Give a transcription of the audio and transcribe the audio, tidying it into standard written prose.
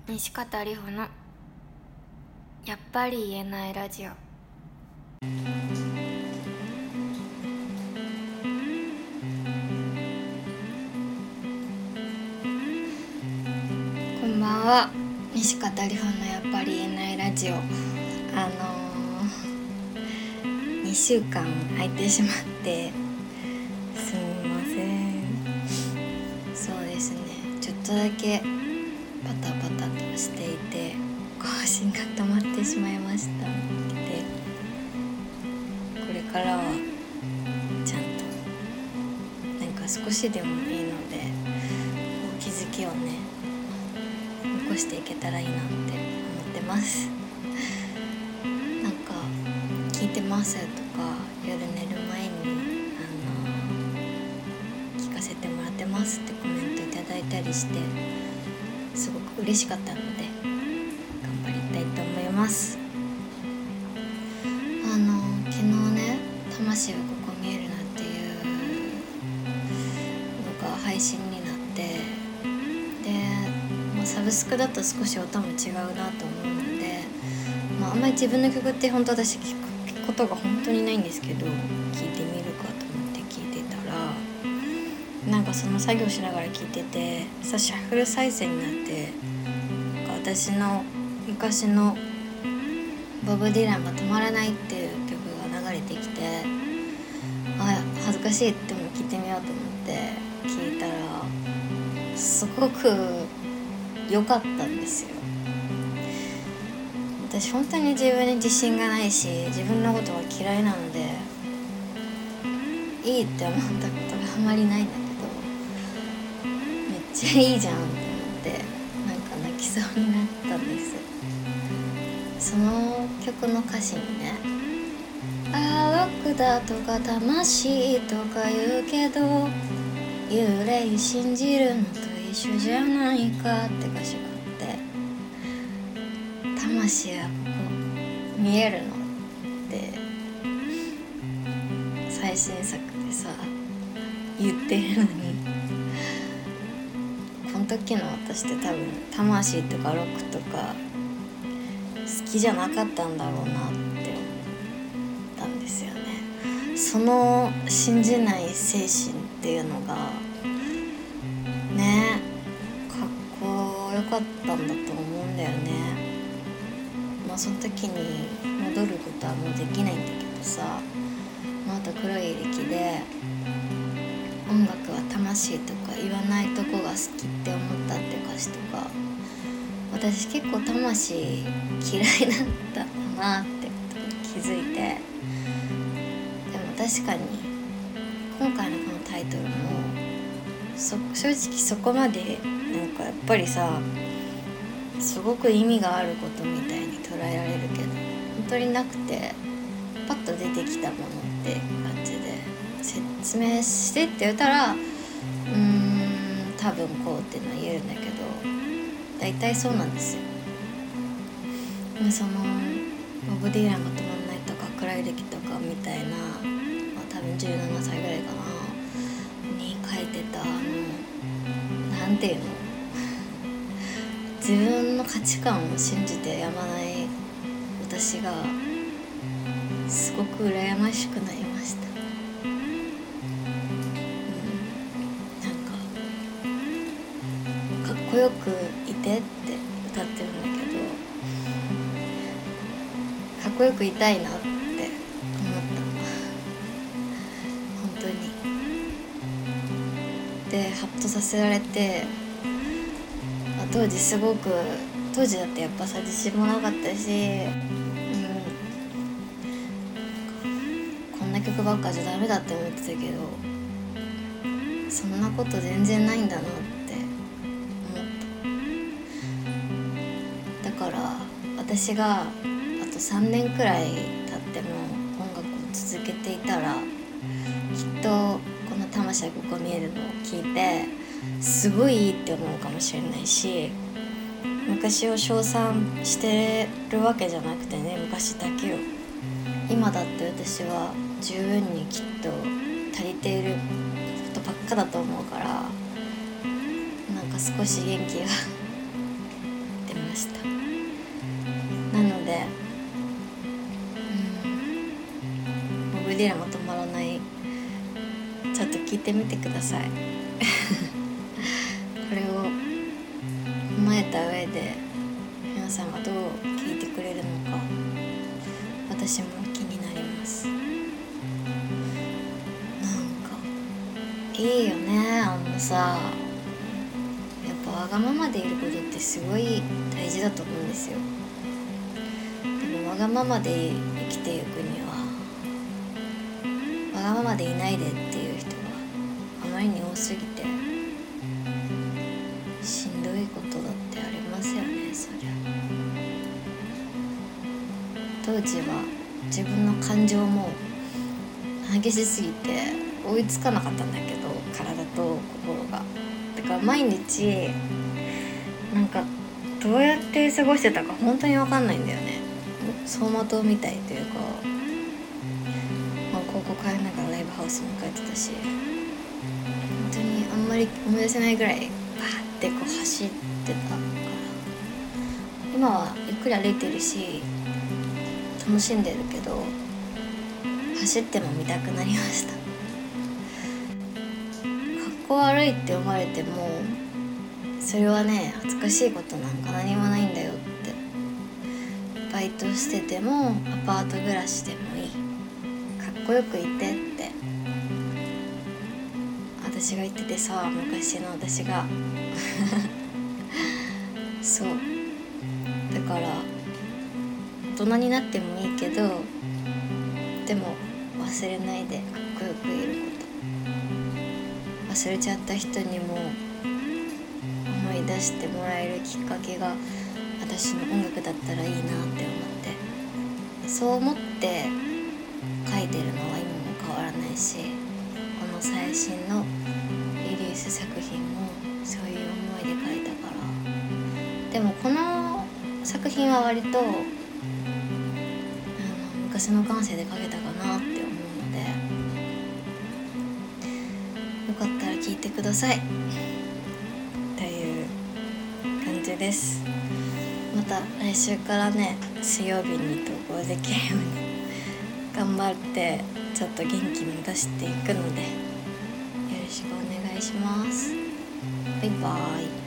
西方里穂のやっぱり言えないラジオ。こんばんは。西方里穂のやっぱり言えないラジオ。2週間空いてしまってすみません。そうですね、ちょっとだけバタバタとしていて更新が止まってしまいましたので、これからはちゃんとなんか少しでもいいので気づきをね残していけたらいいなって思ってます。なんか聞いてますとか夜寝る前に聞かせてもらってますってコメントいただいたりしてすごく嬉しかったので頑張りたいと思います。昨日ね、魂はここ見えるなっていうのが配信になって、で、サブスクだと少し音も違うなと思うので、あんまり自分の曲って本当私聞くことが本当にないんですけど、聞いてみるかと思って聞いてたら、なんかその作業しながら聞いててシャッフル再生になって、私の昔のボブ・ディランが止まらないっていう曲が流れてきて、恥ずかしいっても聞いてみようと思って聞いたらすごく良かったんですよ。私本当に自分に自信がないし自分のことが嫌いなのでいいって思ったことがあまりないんだけど、めっちゃいいじゃんって思ってなんか泣きそうになったんです。その曲の歌詞にね、ロックだとか魂とか言うけど幽霊信じるのと一緒じゃないかって歌詞があって、魂はここ見えるのって最新作でさ言ってるのに、この時の私って多分魂とかロックとか好きじゃなかったんだろうなって思ったんですよね。その信じない精神っていうのがね、かっこよかったんだと思うんだよね。その時に戻ることはもうできないんだけどさ、あと黒い歴で音楽は魂とか言わないとこが好きって思ったって歌詞とか、私結構魂嫌いだったんだなって気づいて、でも確かに今回のこのタイトルも正直そこまでなんかやっぱりさすごく意味があることみたいに捉えられるけど本当になくて、パッと出てきたものって感じで説明してって言ったら多分こうっていうのは言えるんだけど、大体そうなんですよ。そのボブ・ディランが止まんないとか暗い歴とかみたいな、多分17歳ぐらいかなに書いてたなんていうの自分の価値観を信じてやまない私がすごく羨ましくなりました。なんかかっこよくいてって歌ってるんだけど、かっこよくいたいなって思った本当に。でハッとさせられて、当時だってやっぱさ自信もなかったし、こんな曲ばっかじゃダメだって思ってたけどそんなこと全然ないんだなって思った。だから私があと3年くらい経っても音楽を続けていたらきっとこの魂がここ見えるのを聞いてすごいいいって思うかもしれないし、昔を称賛してるわけじゃなくてね、昔だけを今だって私は十分にきっと足りていることばっかだと思うから、なんか少し元気が出デラも止まらない。ちょっと聞いてみてくださいこれを踏まえた上で皆さんがどう聞いてくれるのか私も気になります。なんかいいよね。さ、やっぱわがままでいることってすごい大事だと思うんですよ。でもわがままで生きていくにはわがままでいないでっていう人があまりに多すぎてしんどいことだってありますよね。そりゃ当時は自分の感情も激しすぎて追いつかなかったんだけど、体と心が。だから毎日なんかどうやって過ごしてたか本当に分かんないんだよね。走馬灯みたいというか、高校帰りながらライブハウスも帰ってたし、本当にあんまり思い出せないぐらいバーってこう走ってたから、今はゆっくり歩いてるし楽しんでるけど、走っても見たくなりました。かっこ悪いって思われてもそれはね、恥ずかしいことなんか何もないんだよって。バイトしててもアパート暮らしでもいい、かっこよくいてって私が言っててさ、昔の私がそうだから、大人になってもいいけどでも忘れないでかっこよくいること。忘れちゃった人にも思い出してもらえるきっかけが私の音楽だったらいいなって思って、そう思って書いてるのは今も変わらないし、この最新のリリース作品もそういう思いで書いたから。でもこの作品は割と昔の感性で書けたかなって思うので、よかったら聞いてくださいという感じです。また来週からね、水曜日に投稿できるように頑張ってちょっと元気も出していくのでよろしくお願いします。バイバーイ。